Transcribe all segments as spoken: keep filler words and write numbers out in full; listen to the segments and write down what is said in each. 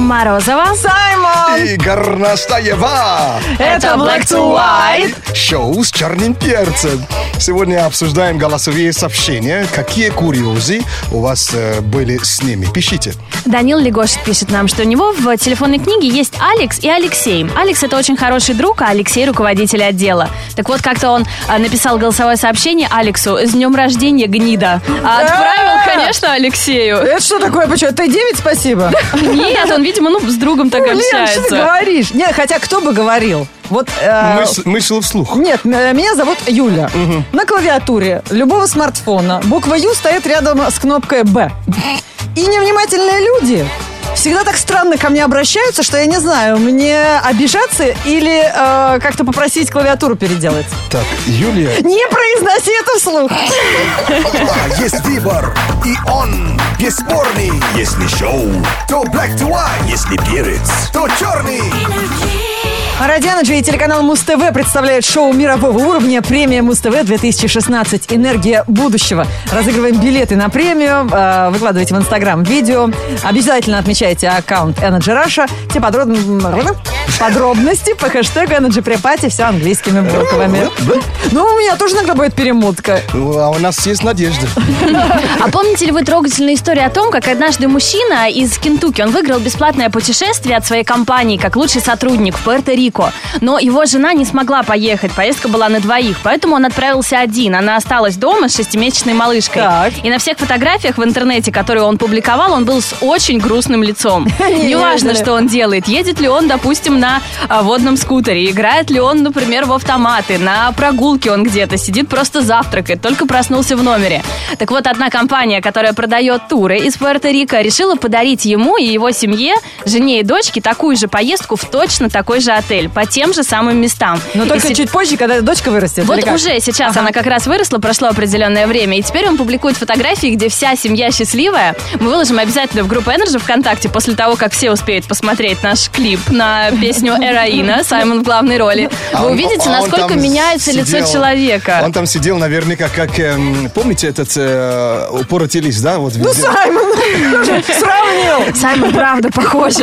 Морозова, Саймон и Горностаева. Это Black to White. Шоу с черным перцем. Сегодня обсуждаем голосовые сообщения. Какие курьезы у вас э, были с ними? Пишите. Данил Легошин пишет нам, что у него в телефонной книге есть Алекс и Алексей. Алекс — это очень хороший друг, а Алексей — руководитель отдела. Так вот, как-то он а, написал голосовое сообщение Алексу: «С днем рождения, гнида!» А отправил, конечно, Алексею. Это что такое? Почему? Т девять, спасибо. Нет, он, видимо, ну, с другом так Лен, общается. что ты говоришь? Нет, хотя кто бы говорил? Вот, э, Мысль, мысль вслух. Нет, м- меня зовут Юля. Угу. На клавиатуре любого смартфона буква Ю стоит рядом с кнопкой Б. И невнимательные люди всегда так странно ко мне обращаются, что я не знаю, мне обижаться или э, как-то попросить клавиатуру переделать. Так, Юлия. Не произноси это вслух. А есть выбор, и он бесспорный. Если шоу, то Black to White. Если перец, то черный. Радио Energy и телеканал Муз-ТВ представляют шоу мирового уровня «Премия Муз-ТВ две тысячи шестнадцать. Энергия будущего». Разыгрываем билеты на премию. э, Выкладывайте в Инстаграм видео. Обязательно отмечайте аккаунт Energy Russia. Все подроб... подробности по хэштегу Energy Pre-Party. Все английскими буквами. Ну, у меня тоже иногда будет перемотка. Ну, а у нас есть надежда. А помните ли вы трогательную историю о том, как однажды мужчина из Кентукки, он выиграл бесплатное путешествие от своей компании как лучший сотрудник в Пуэрто-Рико, но его жена не смогла поехать, поездка была на двоих, поэтому он отправился один, она осталась дома с шестимесячной малышкой. Так. И на всех фотографиях в интернете, которые он публиковал, он был с очень грустным лицом. Неважно, что он делает, едет ли он, допустим, на а, водном скутере, играет ли он, например, в автоматы, на прогулке он где-то, сидит просто завтракает, только проснулся в номере. Так вот, одна компания, которая продает туры из Пуэрто-Рико, решила подарить ему и его семье, жене и дочке, такую же поездку в точно такой же отель, по тем же самым местам. Но И только се- чуть позже, когда дочка вырастет. Вот или как? уже сейчас Ага. она как раз выросла, прошло определенное время, и теперь он публикует фотографии, где вся семья счастливая. Мы выложим обязательно в группу Energy ВКонтакте после того, как все успеют посмотреть наш клип на песню «Эроина», Саймон в главной роли. А Вы он- увидите, а он насколько там меняется лицо сидел- человека. Он там сидел наверняка как... эм, помните этот э, упоротый лист, да? Вот, Ну, Саймон, сравнил. Саймон, правда, похоже.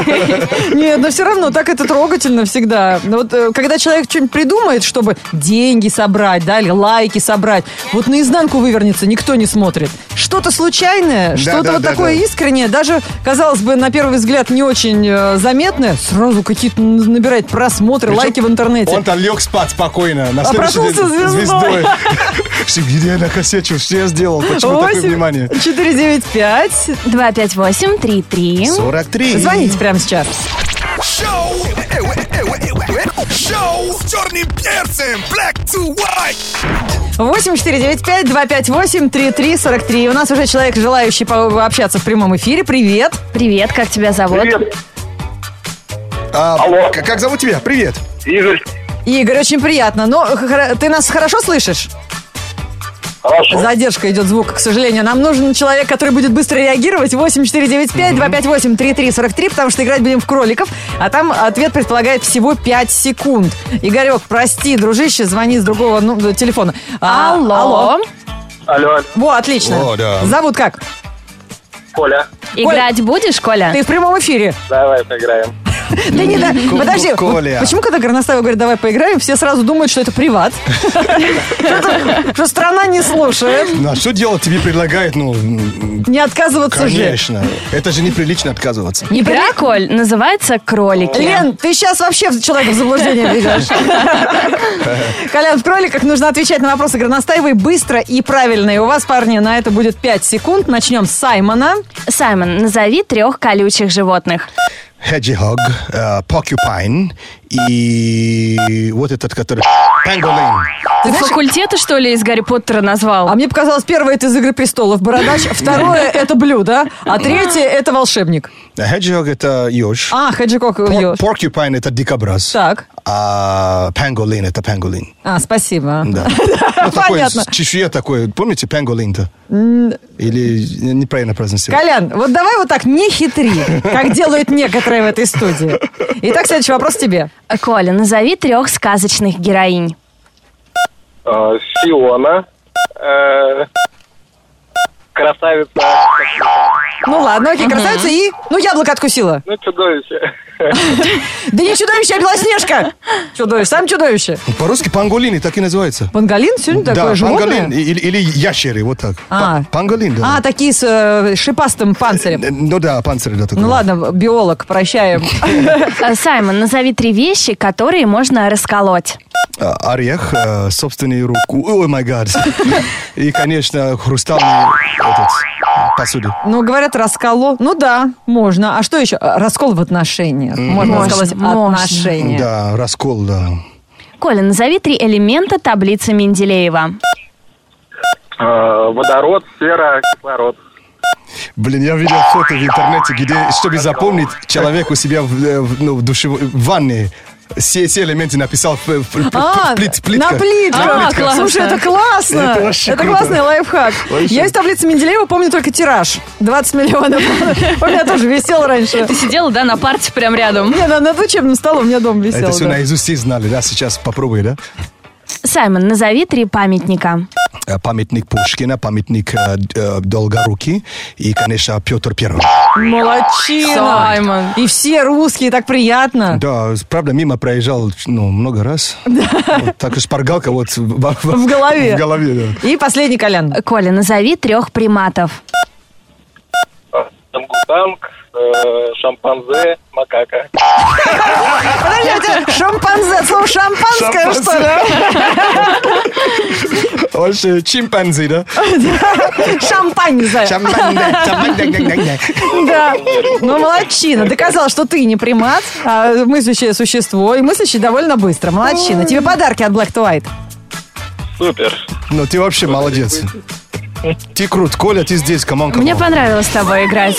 Нет, но все равно так это трогательно всегда. Вот э, когда человек что-нибудь придумает, чтобы деньги собрать, да, или лайки собрать, вот наизнанку вывернется, никто не смотрит. Что-то случайное, Да, что-то да, вот да, такое да. искреннее, даже, казалось бы, на первый взгляд не очень э, заметное, сразу какие-то набирает просмотры, Причем лайки в интернете. Он там лег спать спокойно. На А следующий день проснулся звездой. Что, где я накосячил? Что я сделал? Почему такое внимание? четыре девять пять. два пять восемь три три. сорок три. Звоните прямо сейчас. Шоу, э, э, э, э, э, э, шоу с черным перцем. Black to White. восемь четыре девять пять два пять восемь три три сорок три. У нас уже человек, желающий пообщаться в прямом эфире. Привет. Привет, как тебя зовут? Привет, А, Алло. к- Как зовут тебя? Привет. Игорь. Игорь, очень приятно. Но хор- ты нас хорошо слышишь? Хорошо. Задержка идет звука, к сожалению. Нам нужен человек, который будет быстро реагировать. восемь четыре девять пять два пять восемь три три сорок три, потому что играть будем в кроликов, а там ответ предполагает всего пять секунд. Игорек, прости, дружище, звони с другого ну, телефона. А, Алло. алло. Алло, алло. Во, отлично. О, да. Зовут как? Коля. Играть будешь, Коля? Ты в прямом эфире. Давай поиграем. Да не да. Ко- Подожди, Коля. вот почему, когда Горностаева говорит, давай поиграем, все сразу думают, что это приват? Что- Что страна не слушает. Ну, а что делать тебе предлагает? Ну, м, Не отказываться же. конечно. Это же неприлично отказываться. Игра, Коль, называется «Кролики». Лен, ты сейчас вообще человека в заблуждение ведешь. Колян, в кроликах нужно отвечать на вопросы Горностаевой быстро и правильно. И у вас, парни, на это будет пять секунд. Начнем с Саймона. Саймон, назови трех колючих животных. Hedgehog, э, porcupine и вот этот, который... Pangolin. Ты факультеты, что ли, из Гарри Поттера назвал? А мне показалось, первое это из «Игры престолов» бородач, второе это блюдо, а третье это волшебник. Hedgehog — это еж. А, Хеджикок Por- еж. Porcupine — это дикобраз. Так. А pangolin — это панголин. А, спасибо. Да. Ну, такой, Понятно. с- чешуя такой. Помните панголин-то? Или неправильно произносил? Колян, вот давай вот так не хитри, как делают некоторые в этой студии. Итак, следующий вопрос тебе. Коля, назови трех сказочных героинь. Э, Фиона. э, Красавица. Ну ладно, окей, красавица и... Ну, яблоко откусила. Ну, чудовище. Да не чудовище, а Белоснежка. Чудовище, сам чудовище. По-русски панголин так и называется. Панголин сегодня такое Да, животное? панголин или, или ящеры, вот так. А. Па- Панголин, да. А, такие с э, шипастым панцирем. Э, Ну да, панцирь, да, такой. Ну ладно, биолог, прощаем. Э, Саймон, назови три вещи, которые можно расколоть. А, Орех, э, собственную руку, ой, май гад. И, конечно, хрустальный этот, посуду. Ну, говорят, расколо. Ну да, можно. А что еще? Раскол в отношениях. Можно Можно, расколоть можно. отношения. Да, раскол, да. Коля, назови три элемента таблицы Менделеева. А, Водород, сера, кислород. Блин, я видел фото в интернете, где, чтобы запомнить человека у себя в, э, в, ну, в душевой в ванне, все, все элементы написал в, в, в, А, в плит- плитках. на плитках. На А, плитках. классно. Слушай, это классно. Это вообще круто. классный лайфхак. Вообще. Я из таблицы Менделеева помню только тираж. двадцать миллионов. У меня тоже висел раньше. Ты сидела, да, на парте прям рядом? Не, на- над учебным столом у меня дома висел. Это все да. наизусть все знали, да? Сейчас попробуй, да? Саймон, назови три памятника. Э, Памятник Пушкина, памятник э, э, Долгоруки и, конечно, Петр Первый. Молодчина. Саймон. И все русские, так приятно. Да, правда, мимо проезжал ну, много раз. Вот так и шпаргалка вот в, в- В голове. В голове, да. И последний, Колян. Коля, назови трех приматов. Тангутанг, э, шампанзе, макака. Подожди, у тебя шампанзе, от слова шампанское, что ли? Больше чимпанзи, да? Шампанзе. Да. Ну, молодчина. Доказал, что ты не примат, а мыслящее существо. И мыслящий довольно быстро. Молодчина. Тебе подарки от Black to White. Супер. Ну, ты вообще молодец. Ты крут, Коля, ты здесь, камон, камон. Мне понравилось с тобой играть.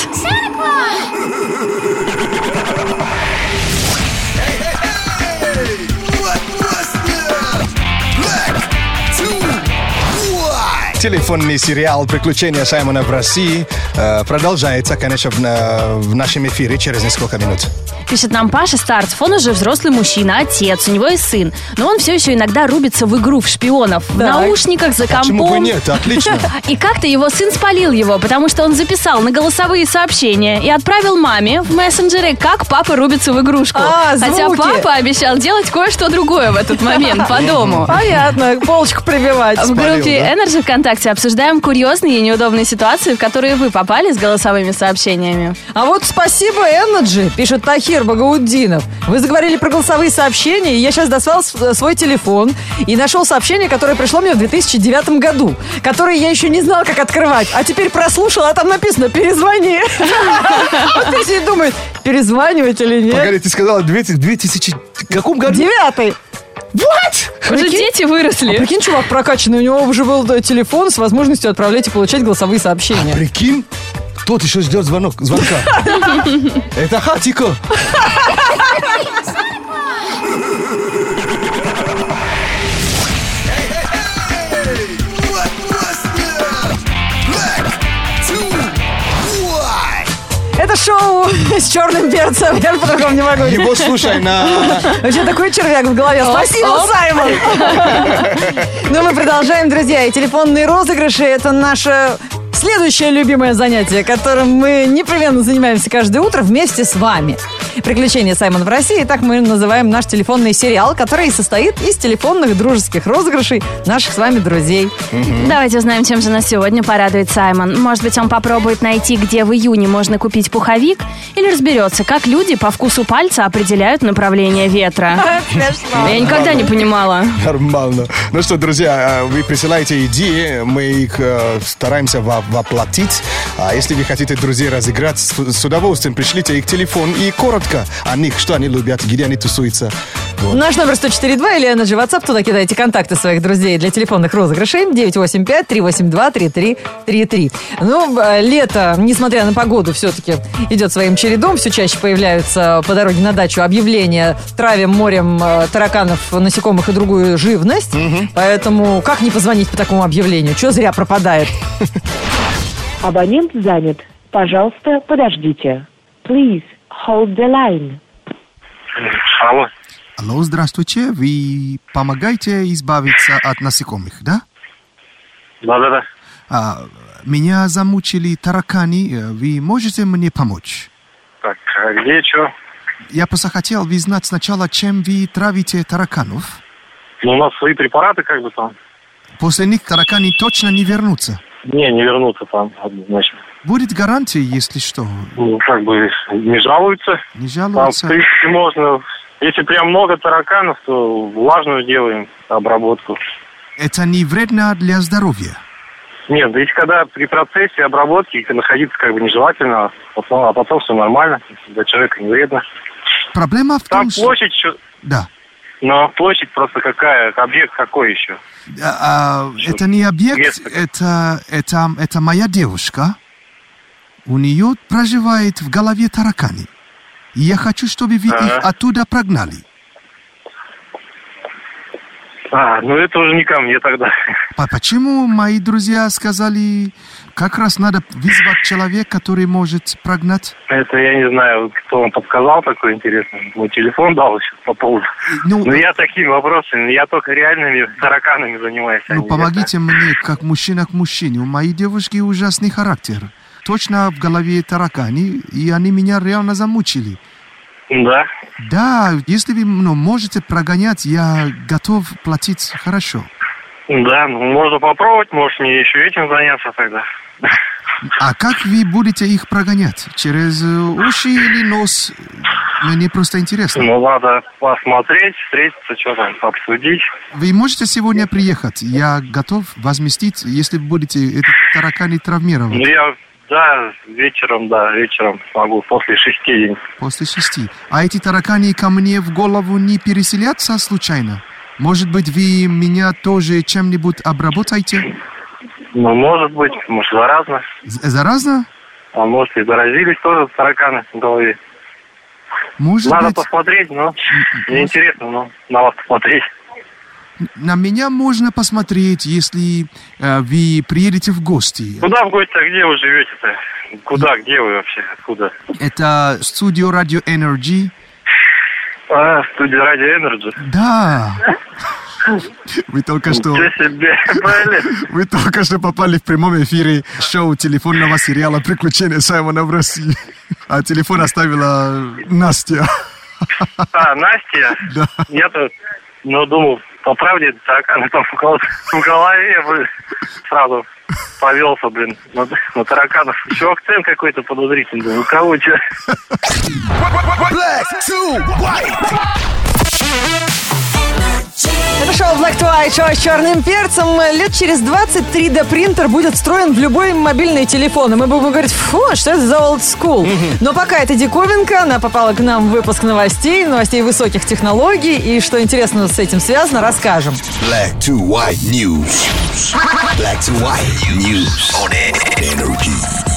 Телефонный сериал «Приключения Саймона в России» э, продолжается, конечно, в, на- в нашем эфире через несколько минут. Пишет нам Паша Старцев. Он уже взрослый мужчина, отец, у него есть сын. Но он все еще иногда рубится в игру, в шпионов. В Так. наушниках, за Почему бы компом. нет? Отлично. И как-то его сын спалил его, потому что он записал на голосовые сообщения и отправил маме в мессенджеры, как папа рубится в игрушку. А, Хотя звуки. папа обещал делать кое-что другое в этот момент по дому. Понятно, полочку прибивать. В Спалил, группе да? Energy ВКонтакте обсуждаем курьезные и неудобные ситуации, в которые вы попали с голосовыми сообщениями. А вот спасибо, Energy, пишет Тахир Багауддинов. Вы заговорили про голосовые сообщения, и я сейчас достал с- свой телефон и нашел сообщение, которое пришло мне в две тысячи девятом году, которое я еще не знал, как открывать. А теперь прослушала, а там написано «Перезвони». Вот ты сидишь и думаешь, перезванивать или нет? Погоди, ты сказала две тысячи, две тысячи в каком году? Девятый. What? Уже Прикинь? дети выросли. Прикинь, чувак прокачанный, у него уже был да, телефон с возможностью отправлять и получать голосовые сообщения. Прикинь, тот еще ждет звонок, звонка. Это хатико. Это шоу с черным перцем, я по-другому не могу. Его слушай на... Вообще такой червяк в голове. Спасибо, Саймон! Ну, мы продолжаем, друзья. И телефонные розыгрыши — это наше следующее любимое занятие, которым мы непременно занимаемся каждое утро вместе с вами. «Приключения Саймона в России». Так мы называем наш телефонный сериал, который состоит из телефонных дружеских розыгрышей наших с вами друзей. Давайте узнаем, чем же нас сегодня порадует Саймон. Может быть, он попробует найти, где в июне можно купить пуховик, или разберется, как люди по вкусу пальца определяют направление ветра. Я никогда не понимала. Нормально. Ну что, друзья, вы присылаете идеи, мы их э, стараемся во- воплотить. А если вы хотите друзей разыграть, с, с удовольствием пришлите их телефон и коротко о них, что они любят, где они тусуются. Вот. Наш номер сто четыре два или на же WhatsApp. Туда кидайте контакты своих друзей для телефонных розыгрышей. девять восемь пять три восемь два три три три три. Ну, э, лето, несмотря на погоду, все-таки идет своим чередом. Все чаще появляются по дороге на дачу объявления: травим морем э, тараканов, насекомых и другую живность. Поэтому как не позвонить по такому объявлению? Че зря пропадает? Абонент занят. Пожалуйста, подождите. Please hold the line. Алло. Алло, здравствуйте. Вы помогаете избавиться от насекомых, да? Да-да-да. А, Меня замучили тараканы. Вы можете мне помочь? Так, а где что? Я просто хотел бы знать сначала, чем вы травите тараканов. Ну, у нас свои препараты как бы там. После них тараканы точно не вернутся. Не, не вернутся там однозначно. Будет гарантия, если что? Ну, как бы не жалуются. Не Там, в жалуются? принципе, можно... Если прям много тараканов, то влажную делаем обработку. Это не вредно для здоровья? Нет, ведь когда при процессе обработки находиться как бы нежелательно, а потом, а потом все нормально, для человека не вредно. Проблема в том, Там что... площадь еще... Да. Но площадь просто какая, объект какой еще? А, а, это не объект, Место. это, это, это моя девушка. У нее проживает в голове тараканы. И я хочу, чтобы вы Ага. их оттуда прогнали. А, ну это уже не ко мне тогда. По- Почему мои друзья сказали, как раз надо вызвать человека, который может прогнать? Это я не знаю, кто вам подсказал такой интересный. Мой телефон дал еще по поводу. Ну, Но я такими вопросами, я только реальными тараканами занимаюсь. а ну не помогите мне, как мужчина к мужчине. У моей девушки ужасный характер. Точно в голове тараканы, и они меня реально замучили. это. Да. Да, если вы ну, можете прогонять, я готов платить хорошо. Да, ну можно попробовать, может мне еще этим заняться тогда. А как вы будете их прогонять? Через э, уши или нос? Мне просто интересно. Ну надо посмотреть, встретиться, что там, обсудить. Вы можете сегодня приехать? Я готов возместить, если будете эти тараканы травмировать. Ну я, да, вечером, да, вечером смогу, после шести дней. После шести. А эти тараканы ко мне в голову не переселятся случайно? Может быть, вы меня тоже чем-нибудь обработаете? Ну, может быть, может, заразно. З- Заразно? А может, и заразились тоже тараканы в голове. Может Надо быть, посмотреть, но мне может- интересно, но на вас посмотреть. на меня можно посмотреть, если э, вы приедете в гости. Куда в гости, а где вы живете-то? Куда, где вы вообще, откуда? Это студио Radio Energy. А, студия Радио Энерджи. Да. Вы только что, Ничего себе, блин. вы только что попали в прямом эфире шоу телефонного сериала «Приключения Саймона в России». А телефон оставила Настя. А, Настя? Да. Я-то, ну, думал, по правде тараканы там в гол- в голове, блин, сразу повелся, блин, на, на тараканов. Еще акцент какой-то подозрительный. У кого что? Black to white. Это шоу Black to White, шоу с черным перцем. Лет через двадцать три дэ принтер будет встроен в любой мобильный телефон. И мы будем говорить, фу, что это за old school. Но пока это диковинка, она попала к нам в выпуск новостей, новостей высоких технологий. И что интересного с этим связано, расскажем. Black to white news. Black to white news on Energy.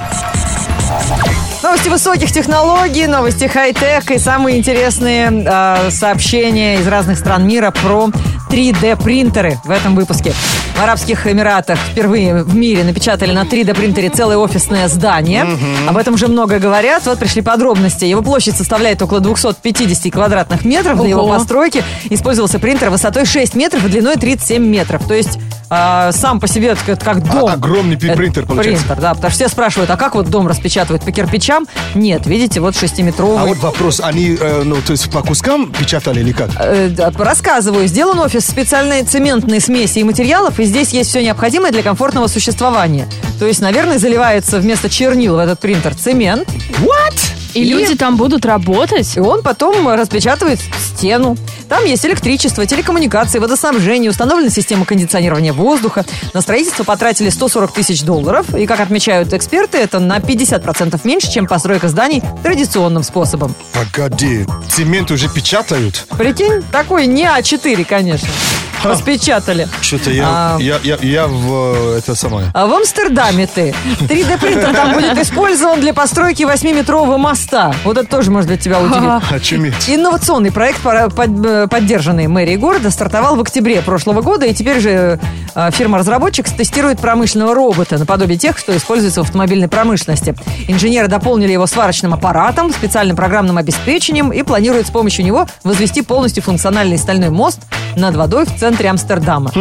Новости высоких технологий, новости хай-тек и самые интересные э, сообщения из разных стран мира про три дэ принтеры в этом выпуске. В Арабских Эмиратах впервые в мире напечатали на три дэ принтере целое офисное здание. Mm-hmm. Об этом уже много говорят. Вот пришли подробности. Его площадь составляет около двести пятьдесят квадратных метров. Для его постройки использовался принтер высотой шесть метров и длиной тридцать семь метров. То есть э, сам по себе это как дом. А, огромный Это принтер получается. Принтер, да, потому что все спрашивают, а как вот дом распечатывают по кирпичам? Нет, видите, вот шестиметровый. А вот вопрос, они, э, ну, то есть по кускам печатали или как? Э, да, рассказываю. Сделан офис специальной цементной смеси и материалов, и здесь есть все необходимое для комфортного существования. То есть, наверное, заливается вместо чернил в этот принтер цемент. What? И, и люди там будут работать? И он потом распечатывает стену. Там есть электричество, телекоммуникации, водоснабжение, установлена система кондиционирования воздуха. На строительство потратили сто сорок тысяч долларов. И, как отмечают эксперты, это на пятьдесят процентов меньше, чем постройка зданий традиционным способом. Погоди, цемент уже печатают? Прикинь, такой не а четыре, конечно. Распечатали. Что-то я, А. я, я, я в это самое. А в Амстердаме ты. три дэ принтер там будет использован для постройки восьмиметрового моста. Вот это тоже, может быть, тебя удивит. Очуметь. Инновационный проект, пора- под- поддержанный мэрией города, стартовал в октябре прошлого года, и теперь же э, фирма-разработчик тестирует промышленного робота наподобие тех, что используется в автомобильной промышленности. Инженеры дополнили его сварочным аппаратом, специальным программным обеспечением и планируют с помощью него возвести полностью функциональный стальной мост над водой в центре Амстердама.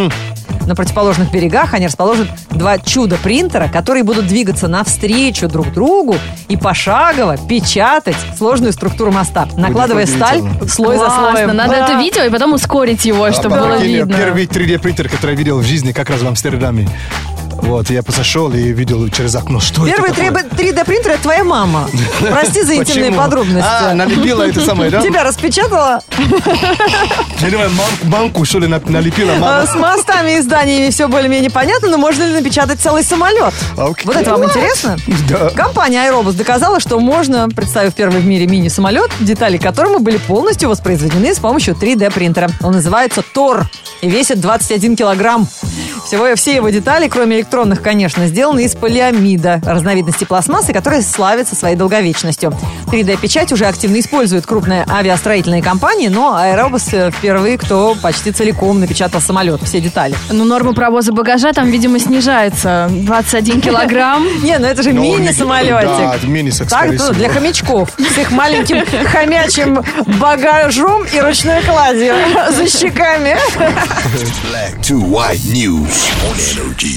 на противоположных берегах они расположат два чудо-принтера, которые будут двигаться навстречу друг другу и пошагово печатать сложную структуру моста, накладывая сталь слой за Классно, слоем. надо Да. это видео и потом ускорить его, чтобы А, было прикинь, видно. Первый три дэ принтер, который я видел в жизни, как раз в Амстердаме. Вот, я просто шел и видел через окно, что Первый это такое? три дэ принтер — это твоя мама. Прости за интимные Почему? подробности. А, налепила это самое, да? Тебя распечатала? Я думаю, мам- банку, что ли, на- налепила А, мама. С мостами и зданиями все более-менее понятно, но можно ли напечатать целый самолет? Окей. Вот это вам интересно? Да. Компания Aerobus доказала, что можно, представив первый в мире мини-самолет, детали которому были полностью воспроизведены с помощью три дэ принтера. Он называется Тор и весит двадцать один килограмм. Всего, все его детали, кроме электронных, конечно, сделаны из полиамида, разновидности пластмассы, которая славится своей долговечностью. три дэ-печать уже активно используют крупные авиастроительные компании, но Aerobus впервые, кто почти целиком напечатал самолет, все детали. Ну, норма провоза багажа там, видимо, снижается. двадцать один килограмм. Не, ну это же Ну, мини-самолетик. Да, это мини, Так, скорее ну, всего. для хомячков с их маленьким хомячим багажом и ручной кладью за щеками. Black to white news on Energy.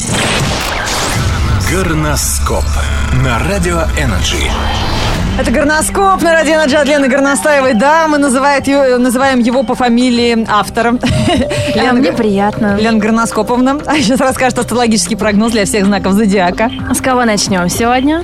Горноскоп на Радио Energy. Это горноскоп на радио Energy от Лены Горностаевой. Да, мы называет ее- называем его по фамилии автором. А мне приятно. Лена Горноскоповна. А сейчас расскажет астрологический прогноз для всех знаков зодиака. С кого начнем сегодня?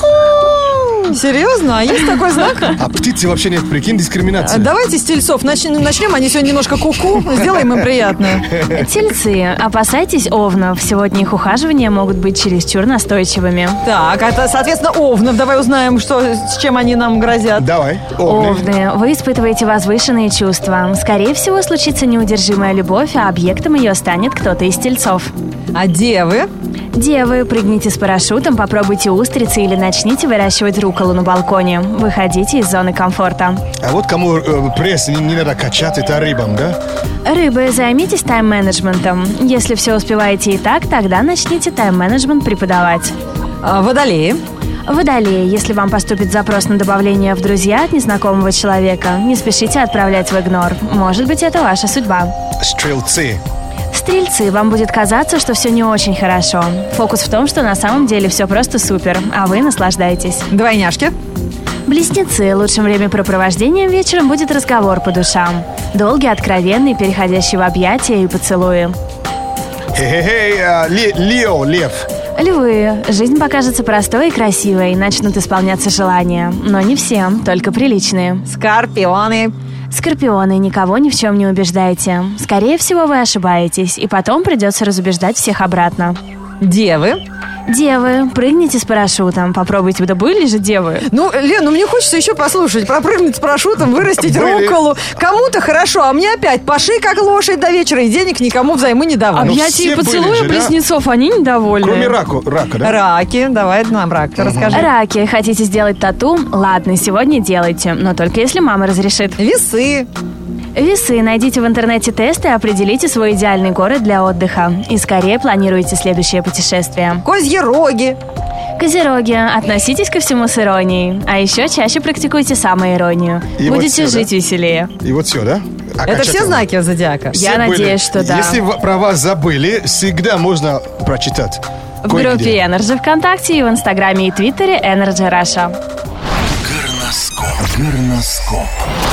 Серьезно? А есть такой знак? А птицы вообще нет, прикинь, дискриминация. Давайте с тельцов начнем. Начнем. Они сегодня немножко ку-ку. Сделаем им приятно. Тельцы, опасайтесь овнов. Сегодня их ухаживания могут быть чересчур настойчивыми. Так, это, соответственно, овнов. Давай узнаем, что, с чем они нам грозят. Давай, овны. Овны, вы испытываете возвышенные чувства. Скорее всего, случится неудержимая любовь, а объектом ее станет кто-то из тельцов. А девы? Девы, прыгните с парашютом, попробуйте устрицы или начните выращивать рукколу на балконе. Выходите из зоны комфорта. А вот кому э, пресс не, не надо качать, это рыбам, да? Рыбы, займитесь тайм-менеджментом. Если все успеваете и так, тогда начните тайм-менеджмент преподавать. А, водолеи? Водолеи, если вам поступит запрос на добавление в друзья от незнакомого человека, не спешите отправлять в игнор. Может быть, это ваша судьба. Стрелцы. Стрельцы, вам будет казаться, что все не очень хорошо. Фокус в том, что на самом деле все просто супер, а вы наслаждаетесь. Двойняшки? Близнецы, лучшим времяпрепровождением вечером будет разговор по душам. Долгий, откровенный, переходящий в объятия и поцелуи. Хе-хе-хе, а, Ли- Лео, лев. Львы, жизнь покажется простой и красивой, начнут исполняться желания. Но не все, только приличные. Скорпионы? Скорпионы, никого ни в чем не убеждайте. Скорее всего, вы ошибаетесь, и потом придется разубеждать всех обратно. Девы? Девы, прыгните с парашютом. Попробуйте, да были же девы. Ну, Лен, ну мне хочется еще послушать. Пропрыгнуть с парашютом, вырастить Были. рукколу. Кому-то хорошо, а мне опять паши как лошадь до вечера и денег никому взаймы не давай. Ну, Объятия все и были поцелуи же, да? близнецов, они недовольны. Кроме раку, рака, да? Раки, давай нам рак, расскажи. Раки, хотите сделать тату? Ладно, сегодня делайте, но только если мама разрешит. Весы. Весы, найдите в интернете тест и определите свой идеальный город для отдыха. И скорее планируйте следующее путешествие. Козьероги. Козероги, относитесь ко всему с иронией. А еще чаще практикуйте самоиронию. И вот Будете всё, жить да? веселее. И вот все, да? Это все Окончательно. знаки зодиака? Я Все надеюсь, были. что да. Если в- про вас забыли, всегда можно прочитать. В Кое-где. группе Energy ВКонтакте и в Инстаграме и Твиттере Energy Russia. Горноскоп. Горноскоп.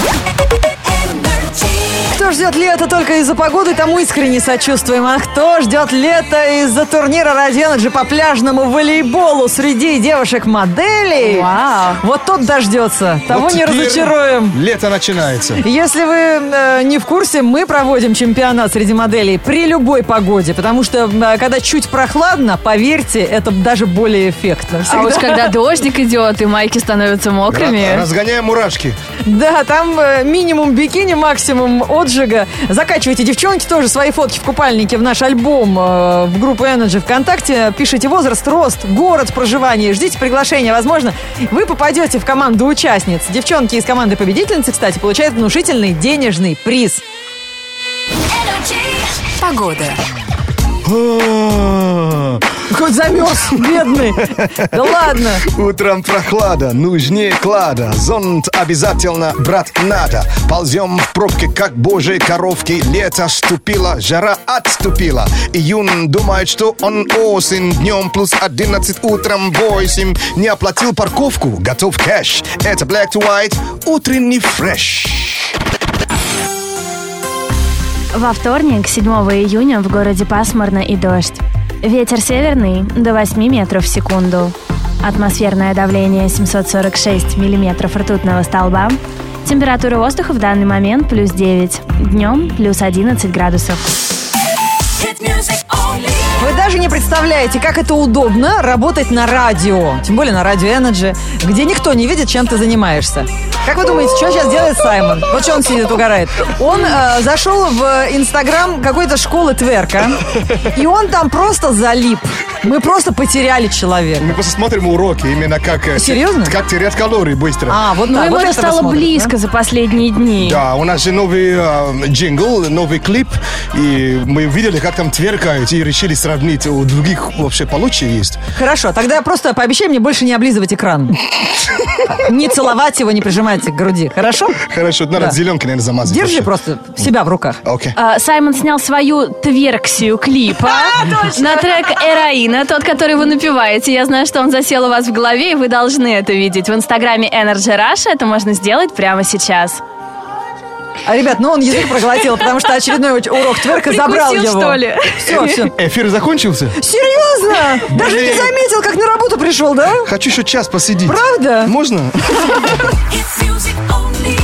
Кто ждет лето только из-за погоды, тому искренне сочувствуем. А кто ждет лето из-за турнира Радио Energy по пляжному волейболу среди девушек-моделей, Вау. вот тот дождется. Того Вот не теперь разочаруем. Лето начинается. Если вы э, не в курсе, мы проводим чемпионат среди моделей при любой погоде, потому что э, когда чуть прохладно, поверьте, это даже более эффектно. А Всегда. уж когда дождик идет и майки становятся Ра- мокрыми. Разгоняем мурашки. Да, там э, минимум бикини, максимум отжига. Закачивайте, девчонки, тоже свои фотки в купальнике в наш альбом э, в группу Energy ВКонтакте. Пишите возраст, рост, город проживания. Ждите приглашения. Возможно, вы попадете в команду участниц. Девчонки из команды победительницы, кстати, получают внушительный денежный приз. Погода. Хоть замерз, бедный. Да ладно. Утром прохлада, нужнее клада. Зонт обязательно брать надо. Ползем в пробке, как божьи коровки. Лето вступило, жара отступила. Июнь думает, что он осень. Днем плюс одиннадцать, утром восемь. Не оплатил парковку, готов кэш. Это Black to White, утренний фреш. Во вторник, седьмого июня, в городе пасмурно и дождь. Ветер северный до восьми метров в секунду. Атмосферное давление семьсот сорок шесть миллиметров ртутного столба. Температура воздуха в данный момент плюс девять. Днем плюс одиннадцать градусов. Вы даже не представляете, как это удобно работать на радио. Тем более на радио Energy, где никто не видит, чем ты занимаешься. Как вы думаете, что сейчас делает Саймон? Вот что он сидит, угорает. Он э, зашел в инстаграм какой-то школы тверка, и он там просто залип. Мы просто потеряли человека. Мы просто смотрим уроки, именно как... Серьезно? Как терять калории быстро. А, вот Ну, так, ему вот это это стало вы смотрите, близко да? за последние дни. Да, у нас же новый э, джингл, новый клип, и мы видели, как там тверкают, и решили сравнить. У других вообще получше есть. Хорошо, тогда просто пообещай мне больше не облизывать экран. Не целовать его, не прижимать к груди. Хорошо? Хорошо, надо Да. зеленкой, наверное, замазать. Держи вообще. просто себя в руках. Окей. А, Саймон снял свою тверксию клипа на трек «Эроина», тот, который вы напеваете. Я знаю, что он засел у вас в голове, и вы должны это видеть. В инстаграме Energy Russia это можно сделать прямо сейчас. А, ребят, ну он язык проглотил, потому что очередной урок тверка забрал Прикусил, его. что ли? Все, все. Эфир закончился? Серьезно? Даже не Блин. заметил, как на работу пришел, да? Хочу еще час посидеть. Правда? Можно? It's music only.